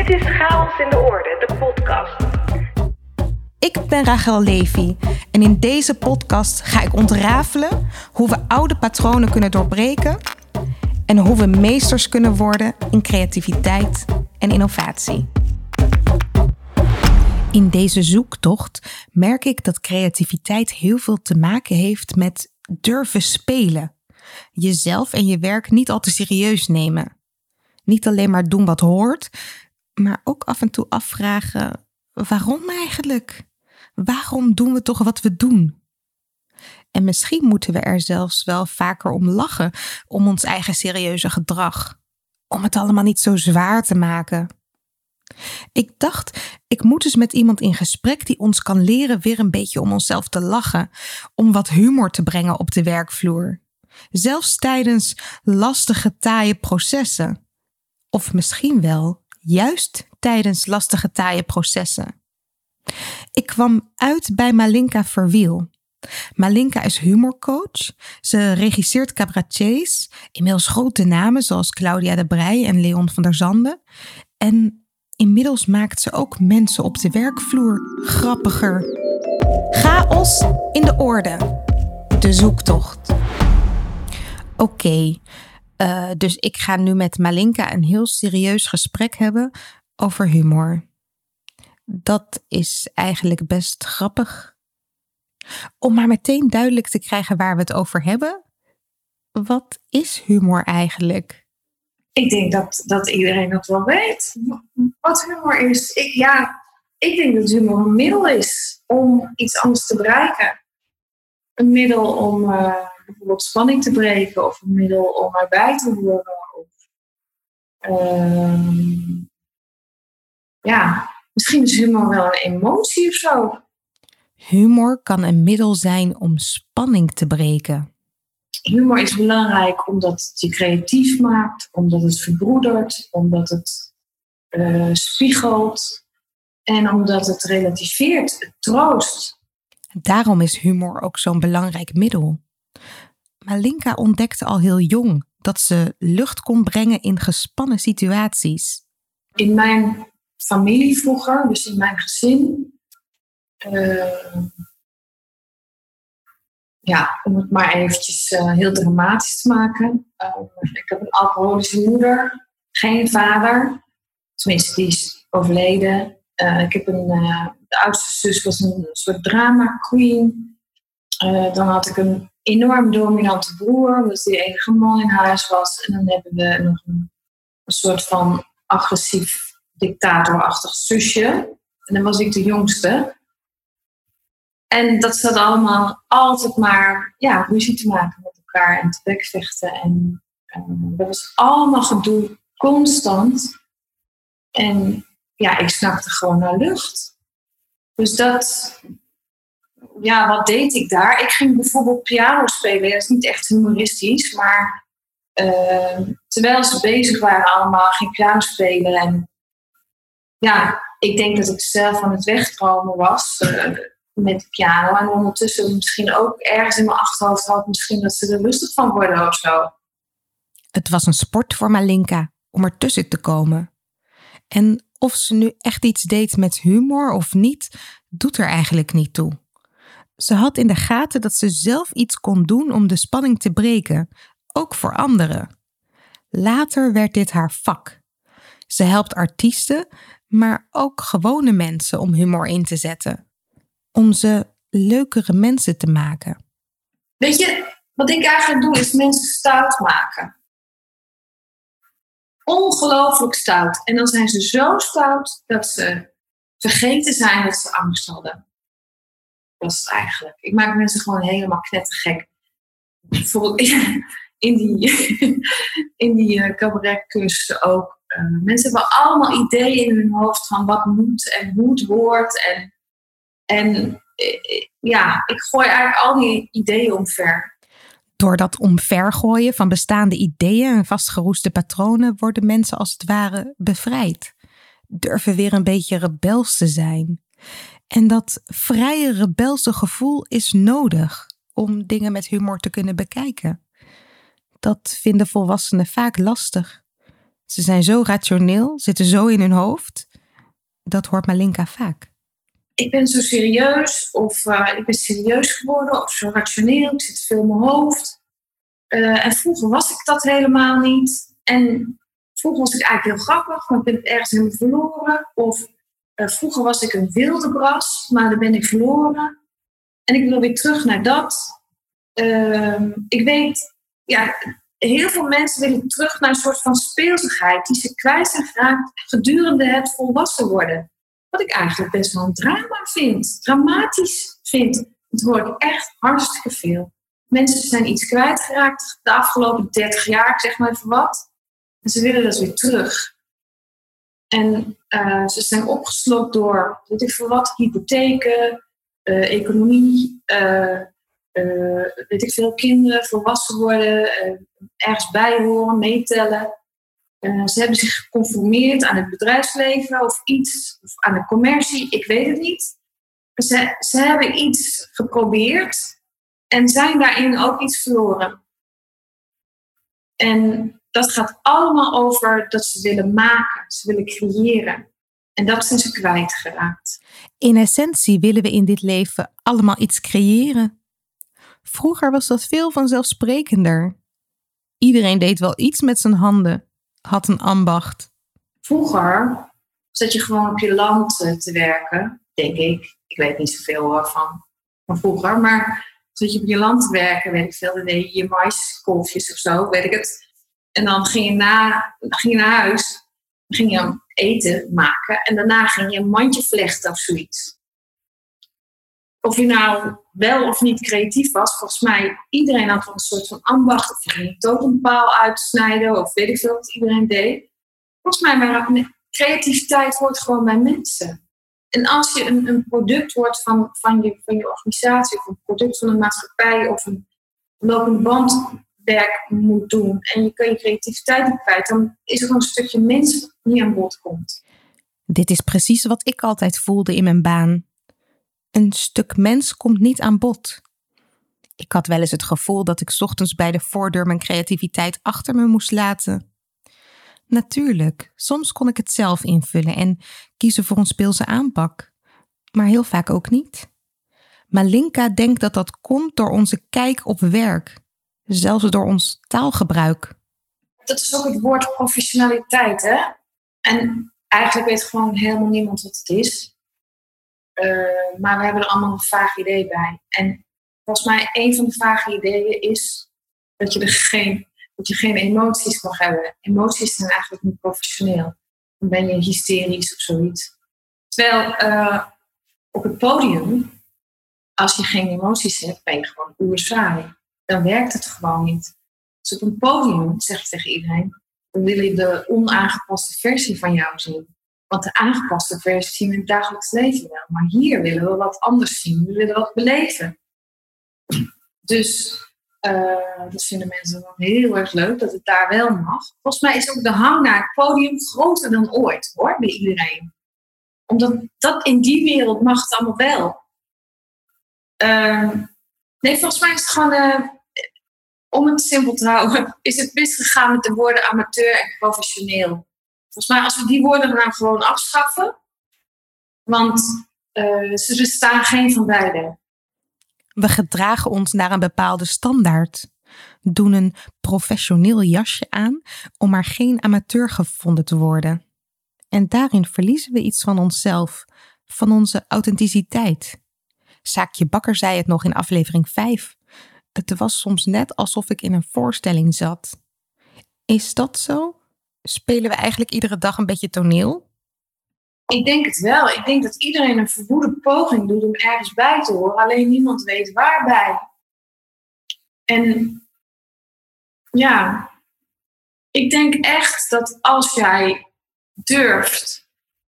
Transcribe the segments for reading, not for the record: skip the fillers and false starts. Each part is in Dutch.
Dit is Chaos in de Orde, de podcast. Ik ben Rachel Levy en in deze podcast ga ik ontrafelen hoe we oude patronen kunnen doorbreken en hoe we meesters kunnen worden in creativiteit en innovatie. In deze zoektocht merk ik dat creativiteit heel veel te maken heeft met durven spelen. Jezelf en je werk niet al te serieus nemen. Niet alleen maar doen wat hoort, maar ook af en toe afvragen: waarom eigenlijk? Waarom doen we toch wat we doen? En misschien moeten we er zelfs wel vaker om lachen, om ons eigen serieuze gedrag. Om het allemaal niet zo zwaar te maken. Ik dacht, ik moet eens met iemand in gesprek die ons kan leren weer een beetje om onszelf te lachen. Om wat humor te brengen op de werkvloer. Zelfs tijdens lastige, taaie processen. Of misschien wel juist tijdens lastige, taaie processen. Ik kwam uit bij Malinka Verwiel. Malinka is humorcoach. Ze regisseert cabaretiers, inmiddels grote namen zoals Claudia de Breij en Leon van der Zanden. En inmiddels maakt ze ook mensen op de werkvloer grappiger. Chaos in de Orde. De zoektocht. Oké. Dus ik ga nu met Malinka een heel serieus gesprek hebben over humor. Dat is eigenlijk best grappig. Om maar meteen duidelijk te krijgen waar we het over hebben. Wat is humor eigenlijk? Ik denk dat iedereen dat wel weet. Wat humor is? Ik denk dat humor een middel is om iets anders te bereiken. Een middel om bijvoorbeeld spanning te breken. Of een middel om erbij te horen. Misschien is humor wel een emotie of zo. Humor kan een middel zijn om spanning te breken. Humor is belangrijk omdat het je creatief maakt. Omdat het verbroedert. Omdat het spiegelt. En omdat het relativeert. Het troost. Daarom is humor ook zo'n belangrijk middel. Malinka ontdekte al heel jong dat ze lucht kon brengen in gespannen situaties. In mijn familie vroeger, dus in mijn gezin, om het maar eventjes heel dramatisch te maken. Ik heb een alcoholische moeder, geen vader. Tenminste, die is overleden. Ik heb de oudste zus was een soort drama queen. Dan had ik een enorm dominante broer, omdat hij de enige man in huis was. En dan hebben we nog een soort van agressief dictatorachtig zusje. En dan was ik de jongste. En dat zat allemaal altijd maar ruzie te maken met elkaar en te bekvechten. En dat was allemaal gedoe, constant. En ik snakte gewoon naar lucht. Dus wat deed ik daar? Ik ging bijvoorbeeld piano spelen. Dat is niet echt humoristisch, maar terwijl ze bezig waren allemaal, ging ik piano spelen. En ik denk dat ik zelf aan het wegdromen was met de piano. En ondertussen misschien ook ergens in mijn achterhoofd had misschien dat ze er rustig van worden of zo. Het was een sport voor Malinka om ertussen te komen. En of ze nu echt iets deed met humor of niet, doet er eigenlijk niet toe. Ze had in de gaten dat ze zelf iets kon doen om de spanning te breken, ook voor anderen. Later werd dit haar vak. Ze helpt artiesten, maar ook gewone mensen om humor in te zetten. Om ze leukere mensen te maken. Weet je, wat ik eigenlijk doe is mensen stout maken. Ongelooflijk stout. En dan zijn ze zo stout dat ze vergeten zijn dat ze angst hadden. Dat is het eigenlijk. Ik maak mensen gewoon helemaal knettergek. Bijvoorbeeld in die cabaretcursussen ook. Mensen hebben allemaal ideeën in hun hoofd van wat moet en hoe het wordt. En ik gooi eigenlijk al die ideeën omver. Door dat omvergooien van bestaande ideeën en vastgeroeste patronen worden mensen als het ware bevrijd. Durven weer een beetje rebels te zijn. En dat vrije rebelse gevoel is nodig om dingen met humor te kunnen bekijken. Dat vinden volwassenen vaak lastig. Ze zijn zo rationeel, zitten zo in hun hoofd. Dat hoort Malinka vaak. Ik ben zo serieus, of ik ben serieus geworden, of zo rationeel. Ik zit veel in mijn hoofd. En vroeger was ik dat helemaal niet. En vroeger was ik eigenlijk heel grappig, maar ik ben het ergens helemaal verloren. Of vroeger was ik een wilde bras, maar dan ben ik verloren. En ik wil weer terug naar dat. Ik weet, heel veel mensen willen terug naar een soort van speelsigheid die ze kwijt zijn geraakt gedurende het volwassen worden. Wat ik eigenlijk best wel een drama vind. Dramatisch vind. Het wordt echt hartstikke veel. Mensen zijn iets kwijtgeraakt de afgelopen 30 jaar, ik zeg maar even wat. En ze willen dat weer terug. En ze zijn opgeslokt door, weet ik veel wat, hypotheken, economie, weet ik veel, kinderen, volwassen worden, ergens bij horen, meetellen. Ze hebben zich geconformeerd aan het bedrijfsleven of iets, of aan de commercie, ik weet het niet. Ze hebben iets geprobeerd en zijn daarin ook iets verloren. En dat gaat allemaal over dat ze willen maken, ze willen creëren. En dat zijn ze kwijtgeraakt. In essentie willen we in dit leven allemaal iets creëren. Vroeger was dat veel vanzelfsprekender. Iedereen deed wel iets met zijn handen, had een ambacht. Vroeger zat je gewoon op je land te werken, denk ik. Ik weet niet zoveel van vroeger, maar zat je op je land te werken, weet ik veel. Dan deed je maiskolfjes of zo, weet ik het. En dan ging je naar huis, dan ging je eten maken en daarna ging je een mandje vlechten of zoiets. Of je nou wel of niet creatief was, volgens mij, iedereen had wel een soort van ambacht. Of je ging een totempaal uitsnijden, of weet ik veel wat iedereen deed. Volgens mij, maar creativiteit hoort gewoon bij mensen. En als je een product wordt van je organisatie, of een product van een maatschappij, of een lopend bandwerk moet doen, en je kan je creativiteit niet kwijt, dan is er gewoon een stukje mens die aan bod komt. Dit is precies wat ik altijd voelde in mijn baan. Een stuk mens komt niet aan bod. Ik had wel eens het gevoel dat ik 's ochtends bij de voordeur mijn creativiteit achter me moest laten. Natuurlijk, soms kon ik het zelf invullen en kiezen voor een speelse aanpak. Maar heel vaak ook niet. Malinka denkt dat dat komt door onze kijk op werk. Zelfs door ons taalgebruik. Dat is ook het woord professionaliteit, hè? En eigenlijk weet gewoon helemaal niemand wat het is. Maar we hebben er allemaal een vaag idee bij. En volgens mij een van de vage ideeën is dat je geen emoties mag hebben. Emoties zijn eigenlijk niet professioneel. Dan ben je hysterisch of zoiets. Terwijl op het podium, als je geen emoties hebt, ben je gewoon oerzaai. Dan werkt het gewoon niet. Dus op een podium zeg je tegen iedereen, we willen de onaangepaste versie van jou zien. Want de aangepaste versie zien we in het dagelijks leven wel. Maar hier willen we wat anders zien. We willen wat beleven. Dus dat vinden mensen dan heel erg leuk, dat het daar wel mag. Volgens mij is ook de hang naar het podium groter dan ooit, hoor, bij iedereen. Omdat dat in die wereld mag het allemaal wel. Nee, volgens mij is het gewoon, om het simpel te houden, is het misgegaan met de woorden amateur en professioneel. Volgens mij, als we die woorden nou gewoon afschaffen, want ze bestaan geen van beide. We gedragen ons naar een bepaalde standaard. Doen een professioneel jasje aan om maar geen amateur gevonden te worden. En daarin verliezen we iets van onszelf, van onze authenticiteit. Saakje Bakker zei het nog in aflevering 5. Het was soms net alsof ik in een voorstelling zat. Is dat zo? Spelen we eigenlijk iedere dag een beetje toneel? Ik denk het wel. Ik denk dat iedereen een verwoede poging doet om ergens bij te horen. Alleen niemand weet waarbij. En ja, ik denk echt dat als jij durft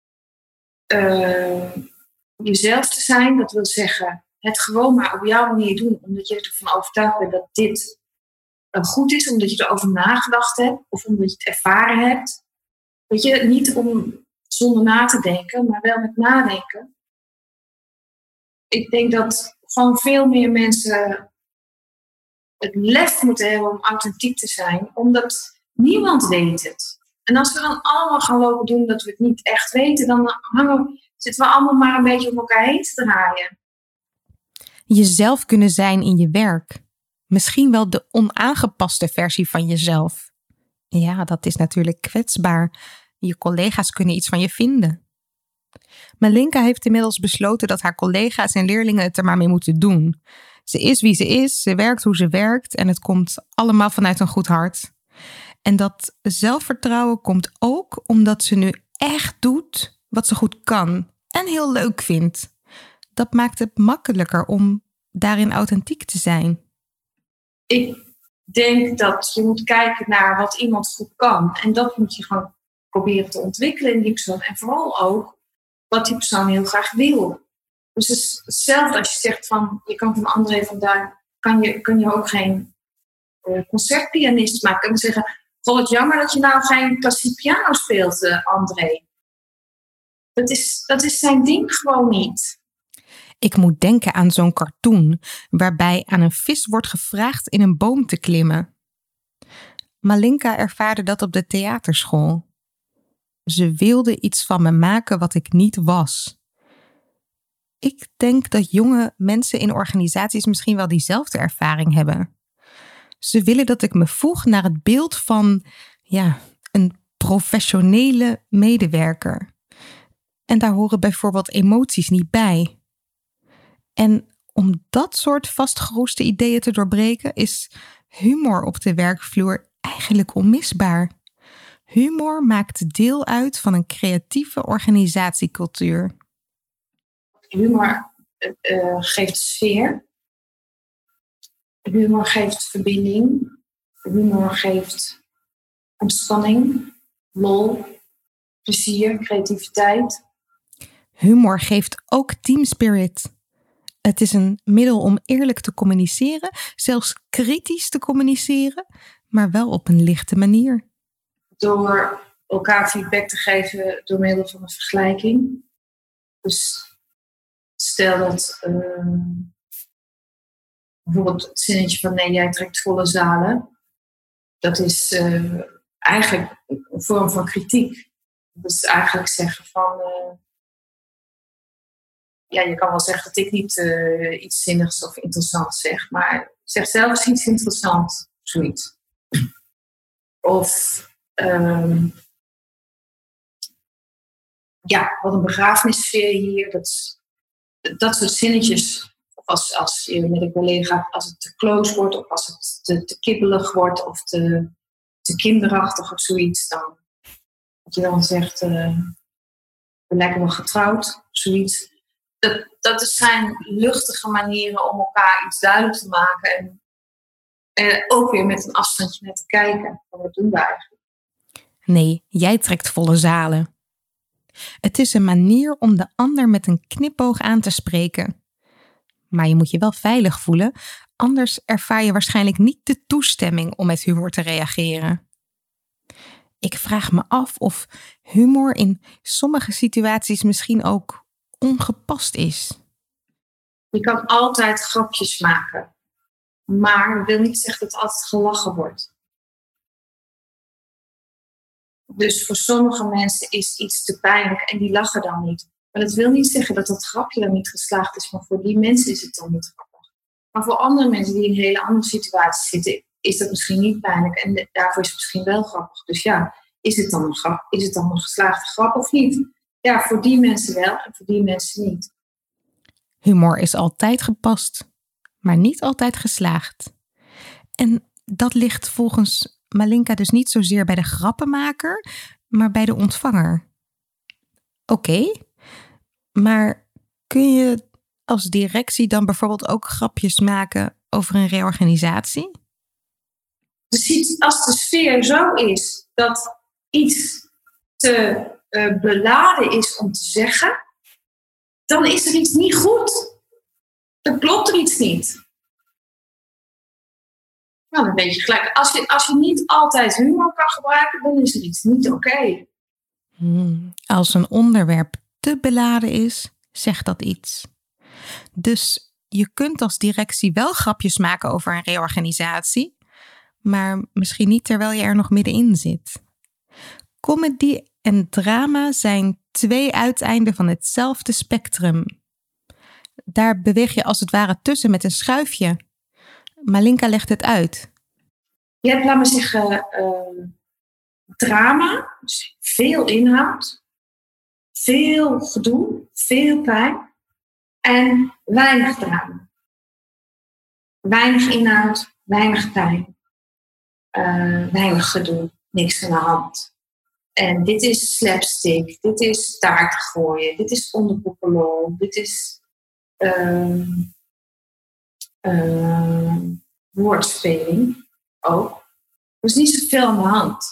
jezelf te zijn, dat wil zeggen het gewoon maar op jouw manier doen, omdat je ervan overtuigd bent dat dit goed is, omdat je erover nagedacht hebt of omdat je het ervaren hebt. Weet je, niet zonder na te denken, maar wel met nadenken. Ik denk dat gewoon veel meer mensen het lef moeten hebben om authentiek te zijn, omdat niemand weet het. En als we dan allemaal gaan lopen doen dat we het niet echt weten, dan zitten we allemaal maar een beetje op elkaar heen te draaien. Jezelf kunnen zijn in je werk. Misschien wel de onaangepaste versie van jezelf. Ja, dat is natuurlijk kwetsbaar. Je collega's kunnen iets van je vinden. Malinka heeft inmiddels besloten dat haar collega's en leerlingen het er maar mee moeten doen. Ze is wie ze is, ze werkt hoe ze werkt en het komt allemaal vanuit een goed hart. En dat zelfvertrouwen komt ook omdat ze nu echt doet wat ze goed kan en heel leuk vindt. Dat maakt het makkelijker om daarin authentiek te zijn. Ik denk dat je moet kijken naar wat iemand goed kan. En dat moet je gewoon proberen te ontwikkelen in die persoon. En vooral ook wat die persoon heel graag wil. Dus het is hetzelfde als je zegt van, je kan van André van Duin, kan je ook geen concertpianist maken. En dan zeggen, goh, wat jammer dat je nou geen klassiek piano speelt, André. Dat is zijn ding gewoon niet. Ik moet denken aan zo'n cartoon waarbij aan een vis wordt gevraagd in een boom te klimmen. Malinka ervaarde dat op de theaterschool. Ze wilde iets van me maken wat ik niet was. Ik denk dat jonge mensen in organisaties misschien wel diezelfde ervaring hebben. Ze willen dat ik me voeg naar het beeld van een professionele medewerker. En daar horen bijvoorbeeld emoties niet bij. En om dat soort vastgeroeste ideeën te doorbreken is humor op de werkvloer eigenlijk onmisbaar. Humor maakt deel uit van een creatieve organisatiecultuur. Humor geeft sfeer. Humor geeft verbinding. Humor geeft ontspanning, lol, plezier, creativiteit. Humor geeft ook teamspirit. Het is een middel om eerlijk te communiceren, zelfs kritisch te communiceren, maar wel op een lichte manier. Door elkaar feedback te geven door middel van een vergelijking. Dus stel dat bijvoorbeeld het zinnetje van nee, jij trekt volle zalen. Dat is eigenlijk een vorm van kritiek. Dat is eigenlijk zeggen van je kan wel zeggen dat ik niet iets zinnigs of interessants zeg, maar zeg zelf eens iets interessants, zoiets. Of wat een begrafenissfeer hier. Dat soort zinnetjes. Of als je met een collega, als het te close wordt, of als het te kibbelig wordt, of te kinderachtig of zoiets, dan dat je dan zegt, we lijken wel getrouwd, zoiets. Dat zijn luchtige manieren om elkaar iets duidelijk te maken. En ook weer met een afstandje naar te kijken. Wat doen we eigenlijk? Nee, jij trekt volle zalen. Het is een manier om de ander met een knipoog aan te spreken. Maar je moet je wel veilig voelen, anders ervaar je waarschijnlijk niet de toestemming om met humor te reageren. Ik vraag me af of humor in sommige situaties misschien ook ongepast is. Je kan altijd grapjes maken, maar dat wil niet zeggen dat altijd gelachen wordt. Dus voor sommige mensen is iets te pijnlijk en die lachen dan niet. Maar dat wil niet zeggen dat dat grapje dan niet geslaagd is, maar voor die mensen is het dan niet grappig. Maar voor andere mensen die in een hele andere situatie zitten, is dat misschien niet pijnlijk en daarvoor is het misschien wel grappig. Dus is het dan een grap? Is het dan een geslaagde grap of niet? Ja, voor die mensen wel en voor die mensen niet. Humor is altijd gepast, maar niet altijd geslaagd. En dat ligt volgens Malinka dus niet zozeer bij de grappenmaker, maar bij de ontvanger. Oké, maar kun je als directie dan bijvoorbeeld ook grapjes maken over een reorganisatie? Dus als de sfeer zo is dat iets te beladen is om te zeggen, dan is er iets niet goed. Dan klopt er iets niet. Nou, dan weet je gelijk. Als je niet altijd humor kan gebruiken, dan is er iets niet oké. Als een onderwerp te beladen is, zegt dat iets. Dus je kunt als directie wel grapjes maken over een reorganisatie, maar misschien niet terwijl je er nog middenin zit. Comedy en drama zijn 2 uiteinden van hetzelfde spectrum. Daar beweeg je als het ware tussen met een schuifje. Malinka legt het uit. Je hebt, laat me zeggen, drama, dus veel inhoud, veel gedoe, veel pijn en weinig drama. Weinig inhoud, weinig pijn, weinig gedoe, niks aan de hand. En dit is slapstick, dit is taart gooien, dit is onderpoepelol, dit is woordspeling ook. Er is niet zoveel aan de hand.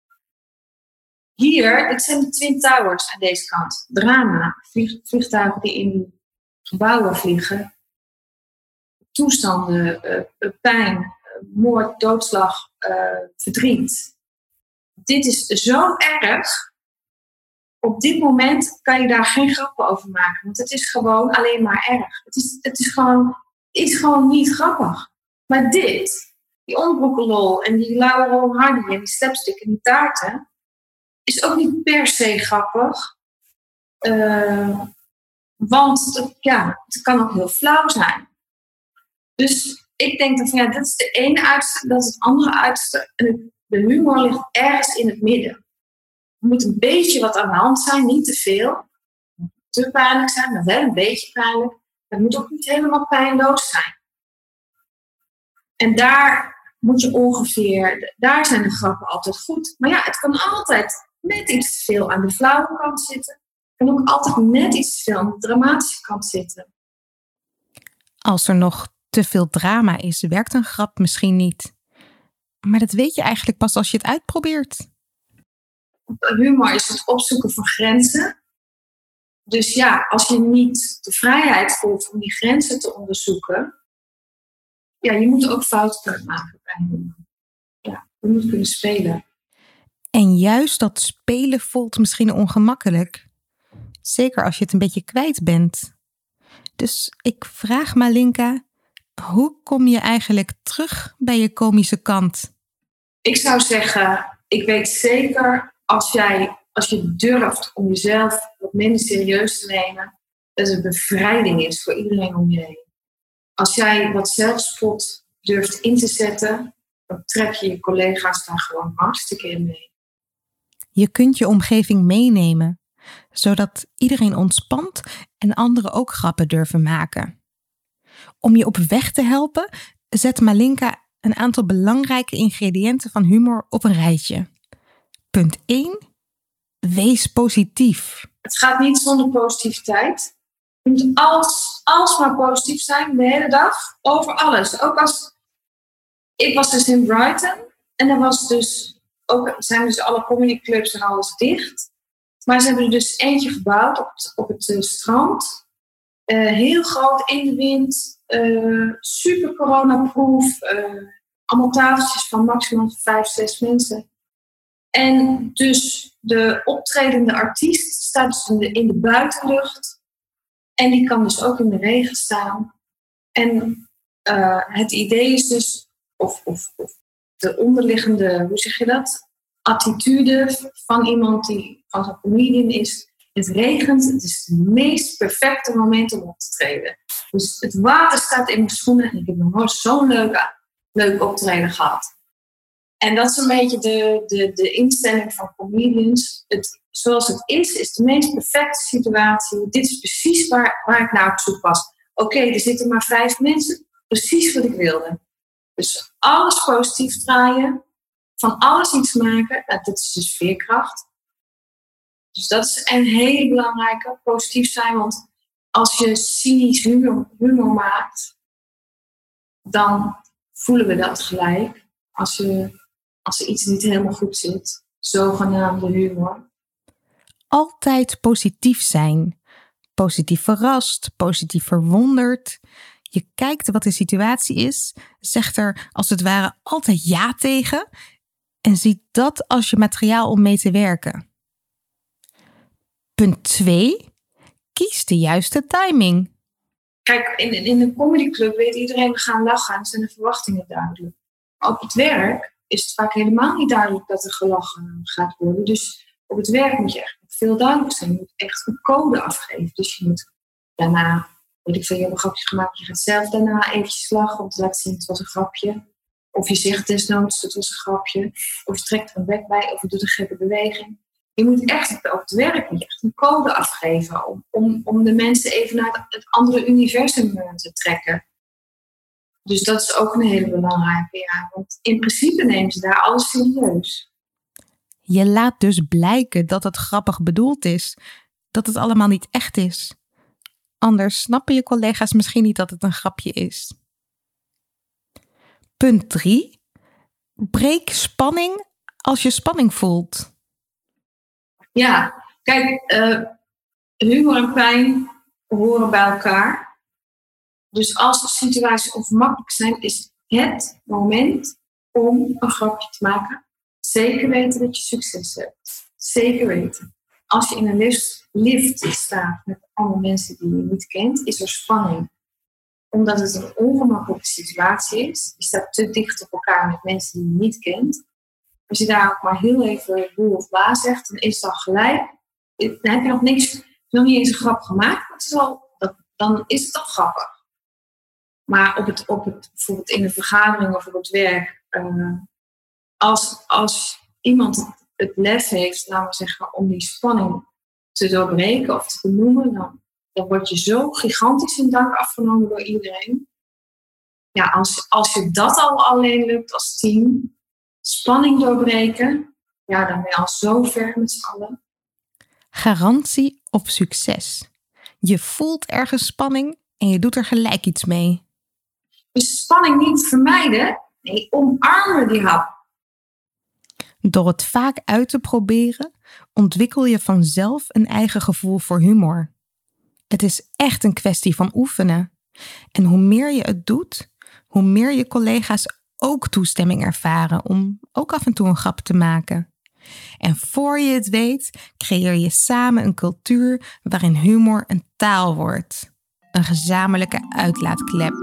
Hier, dit zijn de Twin Towers aan deze kant. Drama, vliegtuigen die in gebouwen vliegen. Toestanden, pijn, moord, doodslag, verdriet. Dit is zo erg. Op dit moment kan je daar geen grappen over maken. Want het is gewoon alleen maar erg. Het is gewoon niet grappig. Maar dit, die onderbroekenlol en die Laurel Hardy en die slapstick en die taarten, is ook niet per se grappig. Want het kan ook heel flauw zijn. Dus ik denk dat dit is de ene uiterste, dat is het andere uiterste. En de humor ligt ergens in het midden. Er moet een beetje wat aan de hand zijn, niet te veel. Het moet te pijnlijk zijn, maar wel een beetje pijnlijk. Het moet ook niet helemaal pijnloos zijn. En daar moet je daar zijn de grappen altijd goed. Maar ja, het kan altijd net iets te veel aan de flauwe kant zitten. Het kan ook altijd net iets te veel aan de dramatische kant zitten. Als er nog te veel drama is, werkt een grap misschien niet. Maar dat weet je eigenlijk pas als je het uitprobeert. Humor is het opzoeken van grenzen. Dus ja, als je niet de vrijheid voelt om die grenzen te onderzoeken, ja, je moet ook fouten kunnen maken bij humor. Ja, je moet kunnen spelen. En juist dat spelen voelt misschien ongemakkelijk. Zeker als je het een beetje kwijt bent. Dus ik vraag Malinka, hoe kom je eigenlijk terug bij je komische kant? Ik zou zeggen, ik weet zeker, als je durft om jezelf wat minder serieus te nemen, dat het een bevrijding is voor iedereen om je heen. Als jij wat zelfspot durft in te zetten, dan trek je je collega's daar gewoon hartstikke in mee. Je kunt je omgeving meenemen, zodat iedereen ontspant en anderen ook grappen durven maken. Om je op weg te helpen, zet Malinka een aantal belangrijke ingrediënten van humor op een rijtje. Punt 1. Wees positief. Het gaat niet zonder positiviteit. Je moet alsmaar positief zijn de hele dag, over alles. Ook ik was dus in Brighton en er was dus zijn dus alle comedyclubs en alles dicht. Maar ze hebben er dus eentje gebouwd op het strand. Heel groot in de wind. Super coronaproof. Allemaal tafeltjes van maximaal 5-6 mensen. En dus de optredende artiest staat dus in de buitenlucht. En die kan dus ook in de regen staan. En het idee is dus, of de onderliggende, hoe zeg je dat? Attitude van iemand die van zo'n comedian is. Het regent, het is het meest perfecte moment om op te treden. Dus het water staat in mijn schoenen en ik heb nog nooit zo'n leuk optreden gehad. En dat is een beetje de instelling van comedians. Zoals het is de meest perfecte situatie. Dit is precies waar ik naar op zoek was. Oké, er zitten maar 5 mensen. Precies wat ik wilde. Dus alles positief draaien. Van alles iets maken. Dat is dus veerkracht. Dus dat is een hele belangrijke. Positief zijn. Want als je cynisch humor maakt, dan voelen we dat gelijk. Als er iets niet helemaal goed zit. Zogenaamde humor. Altijd positief zijn. Positief verrast, positief verwonderd. Je kijkt wat de situatie is, zegt er als het ware altijd ja tegen en ziet dat als je materiaal om mee te werken. Punt 2. Kies de juiste timing. Kijk, in een comedyclub weet iedereen, we gaan lachen en zijn de verwachtingen duidelijk. Maar op het werk is het vaak helemaal niet duidelijk dat er gelachen gaat worden. Dus op het werk moet je echt veel duidelijk zijn. Je moet echt een code afgeven. Dus je moet daarna, je hebt een grapje gemaakt, je gaat zelf daarna eventjes lachen om te laten zien het was een grapje. Of je zegt desnoods het was een grapje. Of je trekt er een bek bij, of je doet een gekke beweging. Je moet echt op het werk moet je echt een code afgeven om de mensen even naar het andere universum te trekken. Dus dat is ook een hele belangrijke, ja. Want in principe nemen ze daar alles serieus. Je laat dus blijken dat het grappig bedoeld is. Dat het allemaal niet echt is. Anders snappen je collega's misschien niet dat het een grapje is. Punt 3. Breek spanning als je spanning voelt. Ja, kijk, humor en pijn horen bij elkaar. Dus als de situaties ongemakkelijk zijn, is het moment om een grapje te maken. Zeker weten dat je succes hebt. Zeker weten. Als je in een lift staat met andere mensen die je niet kent, is er spanning. Omdat het een ongemakkelijke situatie is. Je staat te dicht op elkaar met mensen die je niet kent. Als je daar ook maar heel even boel of bla zegt, dan is dat gelijk. Dan heb je nog niet eens een grap gemaakt. Dan is het al grappig. Maar bijvoorbeeld in een vergadering of op het werk, als iemand het lef heeft, laten we zeggen, om die spanning te doorbreken of te benoemen, dan word je zo gigantisch in dank afgenomen door iedereen. Ja, als je dat al alleen lukt als team, spanning doorbreken, ja, dan ben je al zo ver met z'n allen. Garantie op succes. Je voelt ergens spanning en je doet er gelijk iets mee. Dus spanning niet vermijden, nee, omarmen die hap. Door het vaak uit te proberen, ontwikkel je vanzelf een eigen gevoel voor humor. Het is echt een kwestie van oefenen. En hoe meer je het doet, hoe meer je collega's ook toestemming ervaren om ook af en toe een grap te maken. En voor je het weet, creëer je samen een cultuur waarin humor een taal wordt. Een gezamenlijke uitlaatklep.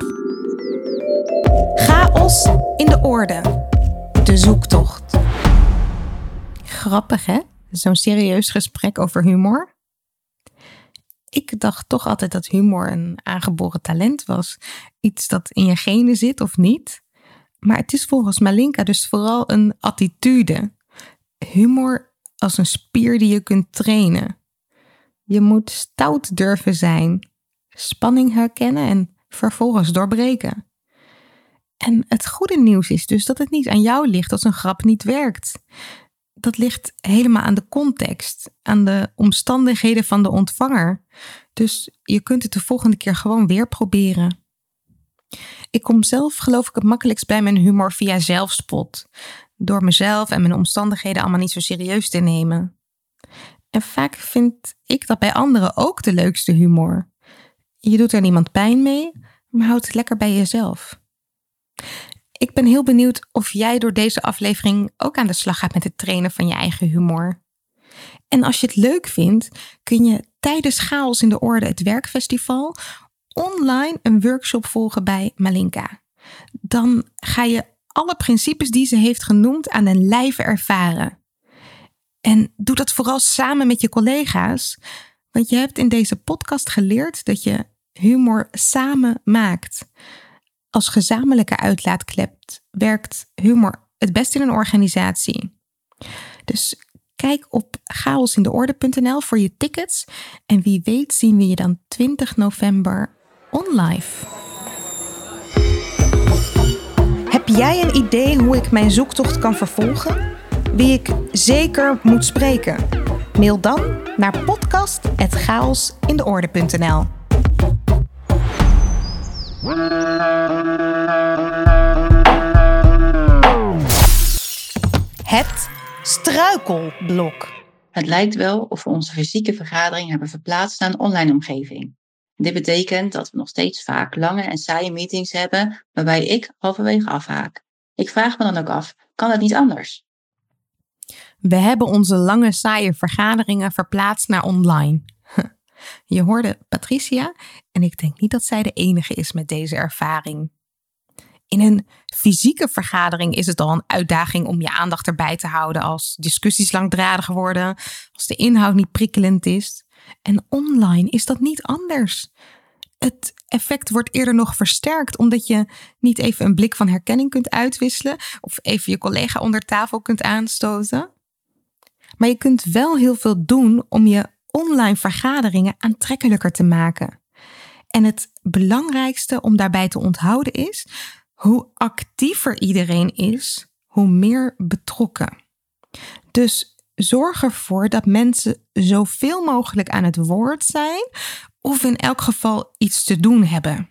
Chaos in de orde. De zoektocht. Grappig, hè? Zo'n serieus gesprek over humor. Ik dacht toch altijd dat humor een aangeboren talent was. Iets dat in je genen zit of niet. Maar het is volgens Malinka dus vooral een attitude. Humor als een spier die je kunt trainen. Je moet stout durven zijn, spanning herkennen en vervolgens doorbreken. En het goede nieuws is dus dat het niet aan jou ligt als een grap niet werkt. Dat ligt helemaal aan de context, aan de omstandigheden van de ontvanger. Dus je kunt het de volgende keer gewoon weer proberen. Ik kom zelf, geloof ik, het makkelijkst bij mijn humor via zelfspot. Door mezelf en mijn omstandigheden allemaal niet zo serieus te nemen. En vaak vind ik dat bij anderen ook de leukste humor. Je doet er niemand pijn mee, maar houdt het lekker bij jezelf. Ik ben heel benieuwd of jij door deze aflevering ook aan de slag gaat met het trainen van je eigen humor. En als je het leuk vindt, kun je tijdens Chaos in de Orde, het werkfestival, online een workshop volgen bij Malinka. Dan ga je alle principes die ze heeft genoemd aan den lijve ervaren. En doe dat vooral samen met je collega's, want je hebt in deze podcast geleerd dat je humor samen maakt. Als gezamenlijke uitlaatklep werkt humor het best in een organisatie. Dus kijk op chaosindeorde.nl voor je tickets. En wie weet zien we je dan 20 november online. Heb jij een idee hoe ik mijn zoektocht kan vervolgen? Wie ik zeker moet spreken? Mail dan naar podcast@chaosindeorde.nl. Het struikelblok. Het lijkt wel of we onze fysieke vergadering hebben verplaatst naar een online omgeving. Dit betekent dat we nog steeds vaak lange en saaie meetings hebben waarbij ik halverwege afhaak. Ik vraag me dan ook af, kan het niet anders? We hebben onze lange saaie vergaderingen verplaatst naar online. Je hoorde Patricia en ik denk niet dat zij de enige is met deze ervaring. In een fysieke vergadering is het al een uitdaging om je aandacht erbij te houden als discussies langdradig worden, als de inhoud niet prikkelend is. En online is dat niet anders. Het effect wordt eerder nog versterkt omdat je niet even een blik van herkenning kunt uitwisselen of even je collega onder tafel kunt aanstoten. Maar je kunt wel heel veel doen om je online vergaderingen aantrekkelijker te maken. En het belangrijkste om daarbij te onthouden is, hoe actiever iedereen is, hoe meer betrokken. Dus zorg ervoor dat mensen zoveel mogelijk aan het woord zijn of in elk geval iets te doen hebben.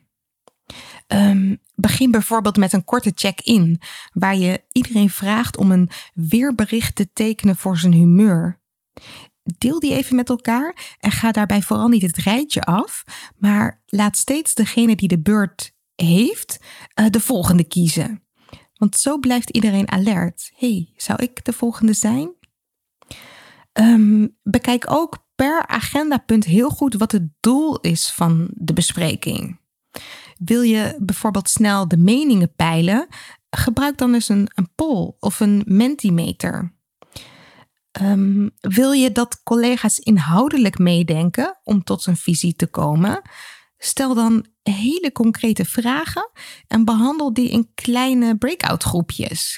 Begin bijvoorbeeld met een korte check-in, waar je iedereen vraagt om een weerbericht te tekenen voor zijn humeur. Deel die even met elkaar en ga daarbij vooral niet het rijtje af, maar laat steeds degene die de beurt heeft de volgende kiezen. Want zo blijft iedereen alert. Zou ik de volgende zijn? Bekijk ook per agendapunt heel goed wat het doel is van de bespreking. Wil je bijvoorbeeld snel de meningen peilen? Gebruik dan eens een poll of een Mentimeter. Wil je dat collega's inhoudelijk meedenken om tot een visie te komen? Stel dan hele concrete vragen en behandel die in kleine breakout groepjes.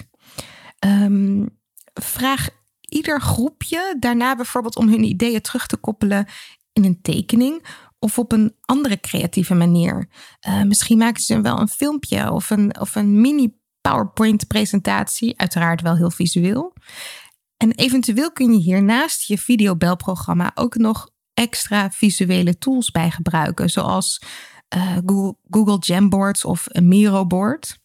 Vraag ieder groepje daarna bijvoorbeeld om hun ideeën terug te koppelen in een tekening of op een andere creatieve manier. Misschien maken ze wel een filmpje of een mini PowerPoint presentatie, uiteraard wel heel visueel. En eventueel kun je hier naast je videobelprogramma ook nog extra visuele tools bij gebruiken, zoals Google Jamboards of een Miro-board.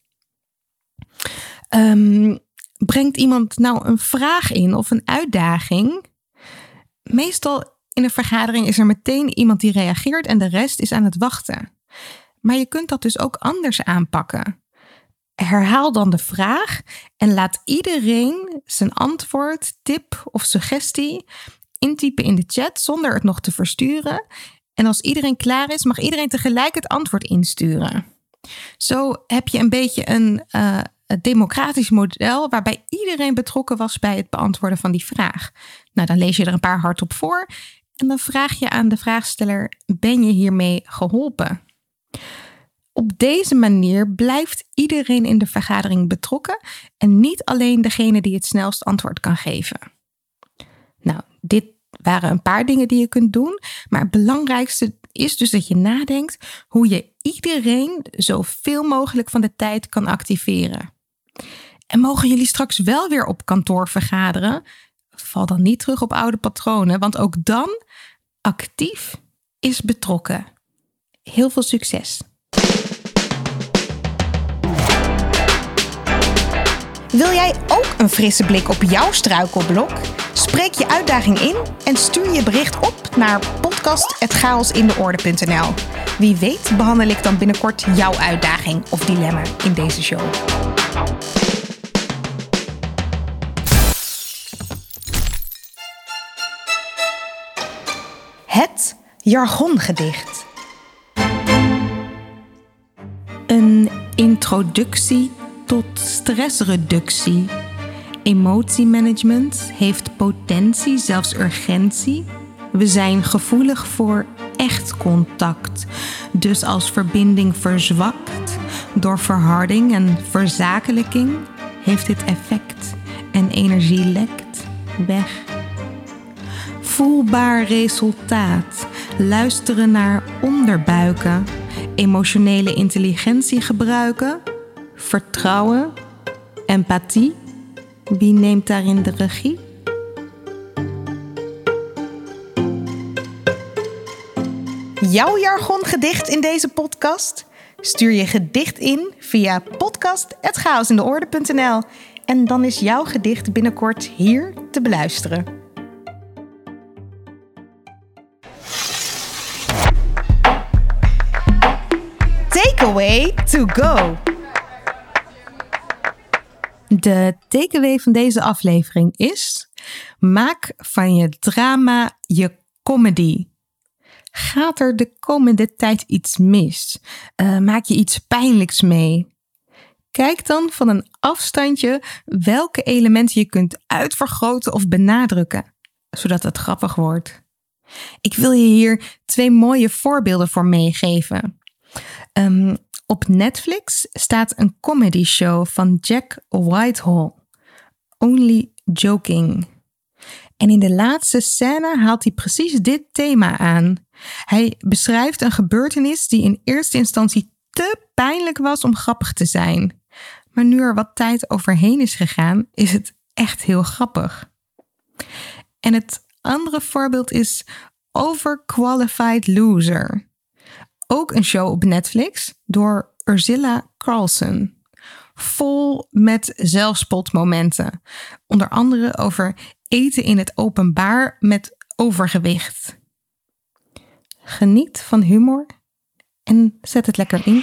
Brengt iemand nou een vraag in of een uitdaging? Meestal in een vergadering is er meteen iemand die reageert en de rest is aan het wachten. Maar je kunt dat dus ook anders aanpakken. Herhaal dan de vraag en laat iedereen zijn antwoord, tip of suggestie intypen in de chat zonder het nog te versturen. En als iedereen klaar is, mag iedereen tegelijk het antwoord insturen. Zo heb je een beetje een democratisch model waarbij iedereen betrokken was bij het beantwoorden van die vraag. Nou, dan lees je er een paar hardop voor en dan vraag je aan de vraagsteller: ben je hiermee geholpen? Op deze manier blijft iedereen in de vergadering betrokken en niet alleen degene die het snelst antwoord kan geven. Nou, dit waren een paar dingen die je kunt doen, maar het belangrijkste is dus dat je nadenkt hoe je iedereen zoveel mogelijk van de tijd kan activeren. En mogen jullie straks wel weer op kantoor vergaderen? Val dan niet terug op oude patronen, want ook dan actief is betrokken. Heel veel succes! Wil jij ook een frisse blik op jouw struikelblok? Spreek je uitdaging in en stuur je bericht op naar podcast@chaosindeorde.nl. Wie weet behandel ik dan binnenkort jouw uitdaging of dilemma in deze show. Het jargongedicht. Een introductie tot stressreductie. Emotiemanagement heeft potentie, zelfs urgentie. We zijn gevoelig voor echt contact. Dus als verbinding verzwakt door verharding en verzakelijking, heeft dit effect en energie lekt weg. Voelbaar resultaat. Luisteren naar onderbuiken. Emotionele intelligentie gebruiken. Vertrouwen. Empathie. Wie neemt daarin de regie? Jouw jargongedicht in deze podcast? Stuur je gedicht in via podcast@chaosindeorde.nl en dan is jouw gedicht binnenkort hier te beluisteren. Takeaway to go. De takeaway van deze aflevering is: maak van je drama je comedy. Gaat er de komende tijd iets mis? Maak je iets pijnlijks mee? Kijk dan van een afstandje welke elementen je kunt uitvergroten of benadrukken, zodat het grappig wordt. Ik wil je hier 2 mooie voorbeelden voor meegeven. Op Netflix staat een comedy show van Jack Whitehall, Only Joking. En in de laatste scène haalt hij precies dit thema aan. Hij beschrijft een gebeurtenis die in eerste instantie te pijnlijk was om grappig te zijn. Maar nu er wat tijd overheen is gegaan, is het echt heel grappig. En het andere voorbeeld is Overqualified Loser. Ook een show op Netflix door Ursula Carlson. Vol met zelfspotmomenten. Onder andere over eten in het openbaar met overgewicht. Geniet van humor en zet het lekker in.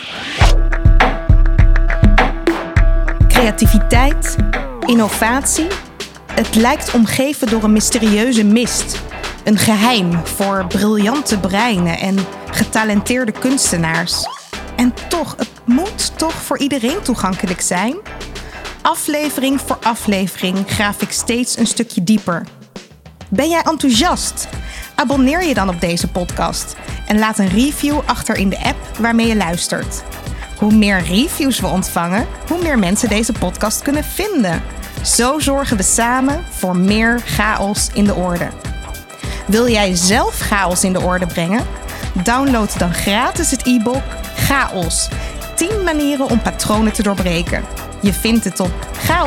Creativiteit, innovatie. Het lijkt omgeven door een mysterieuze mist. Een geheim voor briljante breinen en getalenteerde kunstenaars. En toch, het moet toch voor iedereen toegankelijk zijn? Aflevering voor aflevering graaf ik steeds een stukje dieper. Ben jij enthousiast? Abonneer je dan op deze podcast en laat een review achter in de app waarmee je luistert. Hoe meer reviews we ontvangen, hoe meer mensen deze podcast kunnen vinden. Zo zorgen we samen voor meer chaos in de orde. Wil jij zelf chaos in de orde brengen? Download dan gratis het e-book Chaos. 10 manieren om patronen te doorbreken. Je vindt het op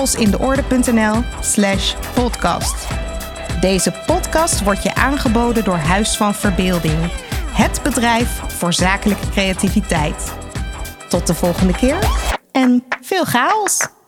chaosindeorde.nl/podcast. Deze podcast wordt je aangeboden door Huis van Verbeelding. Het bedrijf voor zakelijke creativiteit. Tot de volgende keer en veel chaos!